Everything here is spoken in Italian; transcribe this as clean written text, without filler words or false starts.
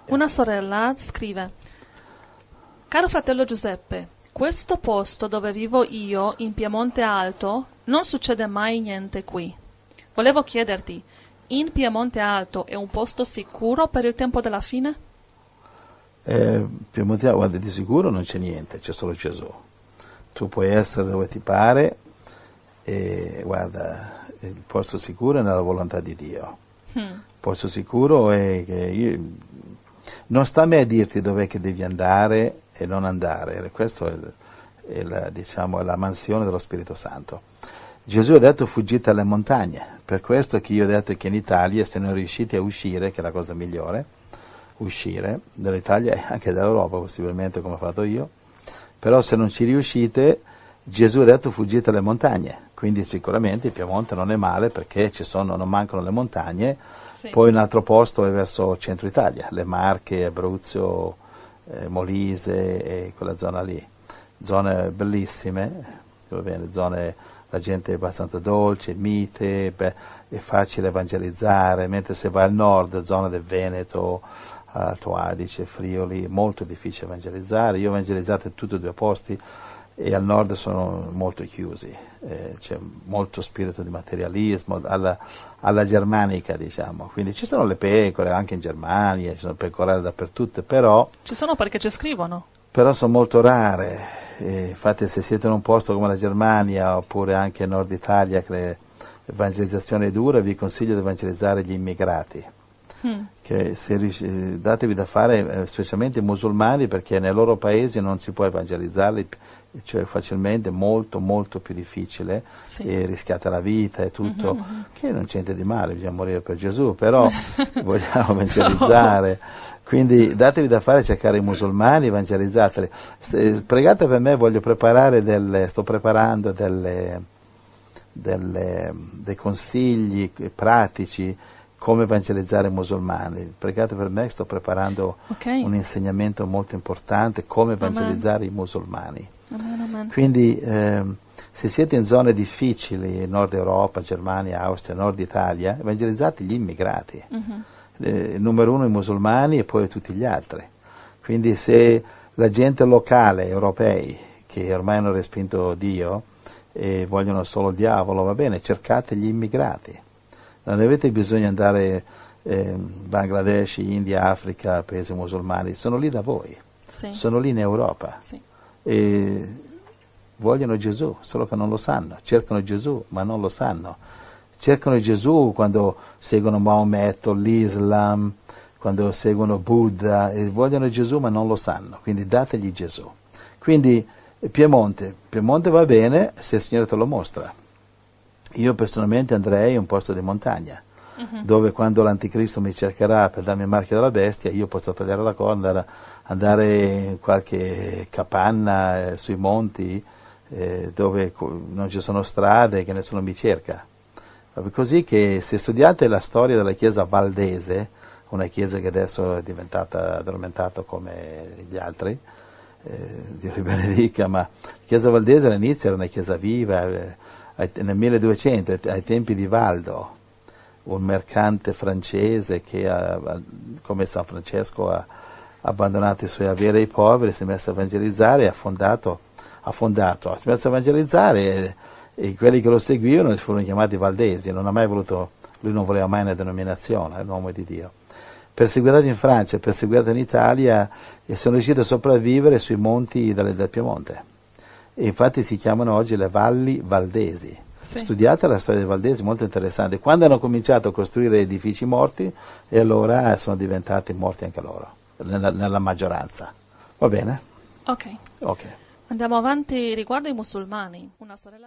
Una sorella scrive: Caro fratello Giuseppe, questo posto dove vivo io, in Piemonte Alto, non succede mai niente qui. Volevo chiederti, in Piemonte Alto è un posto sicuro per il tempo della fine? Piemonte Alto, guarda, di sicuro non c'è niente, c'è solo Gesù. Tu puoi essere dove ti pare e guarda, il posto sicuro è nella volontà di Dio. Il posto sicuro è che non sta a me a dirti dov'è che devi andare e non andare, questa è la mansione dello Spirito Santo. Gesù ha detto fuggite alle montagne, per questo che io ho detto che in Italia se non riuscite a uscire, che è la cosa migliore, uscire dall'Italia e anche dall'Europa possibilmente come ho fatto io, però se non ci riuscite Gesù ha detto fuggite alle montagne, quindi sicuramente il Piemonte non è male perché non mancano le montagne, sì. Poi un altro posto è verso centro Italia, le Marche, Abruzzo, Molise e quella zona lì, zone bellissime, va bene, zone, la gente è abbastanza dolce, mite, è facile evangelizzare, mentre se vai al nord, zona del Veneto, Alto Adige, Friuli, molto difficile evangelizzare. Io ho evangelizzato in tutti e due posti e al nord sono molto chiusi, c'è molto spirito di materialismo, alla germanica diciamo, quindi ci sono le pecore anche in Germania, ci sono pecorelle dappertutto, però... Ci sono perché ci scrivono. Però sono molto rare, infatti se siete in un posto come la Germania oppure anche in Nord Italia che l'evangelizzazione è dura, vi consiglio di evangelizzare gli immigrati. Che datevi da fare specialmente i musulmani perché nei loro paesi non si può evangelizzarli, cioè facilmente, molto molto più difficile, sì. E rischiate la vita e tutto, che non c'è niente di male, bisogna morire per Gesù, però vogliamo evangelizzare, quindi datevi da fare, cercare i musulmani, evangelizzateli. Pregate per me, sto preparando dei consigli pratici come evangelizzare i musulmani. Pregate per me, sto preparando un insegnamento molto importante, come evangelizzare i musulmani. Amen. Quindi se siete in zone difficili, Nord Europa, Germania, Austria, Nord Italia, evangelizzate gli immigrati. Numero uno i musulmani e poi tutti gli altri. Quindi se la gente locale, europei, che ormai hanno respinto Dio e vogliono solo il diavolo, va bene, cercate gli immigrati. Non avete bisogno di andare Bangladesh, India, Africa, paesi musulmani, sono lì da voi, sì. Sono lì in Europa, sì. E vogliono Gesù, solo che non lo sanno, cercano Gesù ma non lo sanno, cercano Gesù quando seguono Maometto, l'Islam, quando seguono Buddha, e vogliono Gesù ma non lo sanno, quindi dategli Gesù. Quindi Piemonte va bene se il Signore te lo mostra. Io personalmente andrei in un posto di montagna, dove quando l'anticristo mi cercherà per darmi il marchio della bestia, io posso tagliare la corda, andare in qualche capanna sui monti dove non ci sono strade, che nessuno mi cerca. Così che se studiate la storia della chiesa valdese, una chiesa che adesso è diventata addormentata come gli altri, Dio li benedica, ma la chiesa valdese all'inizio era una chiesa viva, nel 1200, ai tempi di Valdo, un mercante francese che, come San Francesco, ha abbandonato i suoi averi ai poveri, si è messo a evangelizzare e si è messo a evangelizzare e quelli che lo seguivano furono chiamati valdesi. Lui non voleva mai una denominazione, è un uomo di Dio. Perseguitato in Francia, perseguitato in Italia, e sono riusciti a sopravvivere sui monti del Piemonte. E infatti si chiamano oggi le valli valdesi. Sì. Studiate la storia dei valdesi, molto interessante. Quando hanno cominciato a costruire edifici morti, e allora sono diventati morti anche loro, nella maggioranza. Va bene? Ok. Andiamo avanti riguardo i musulmani. Una sorella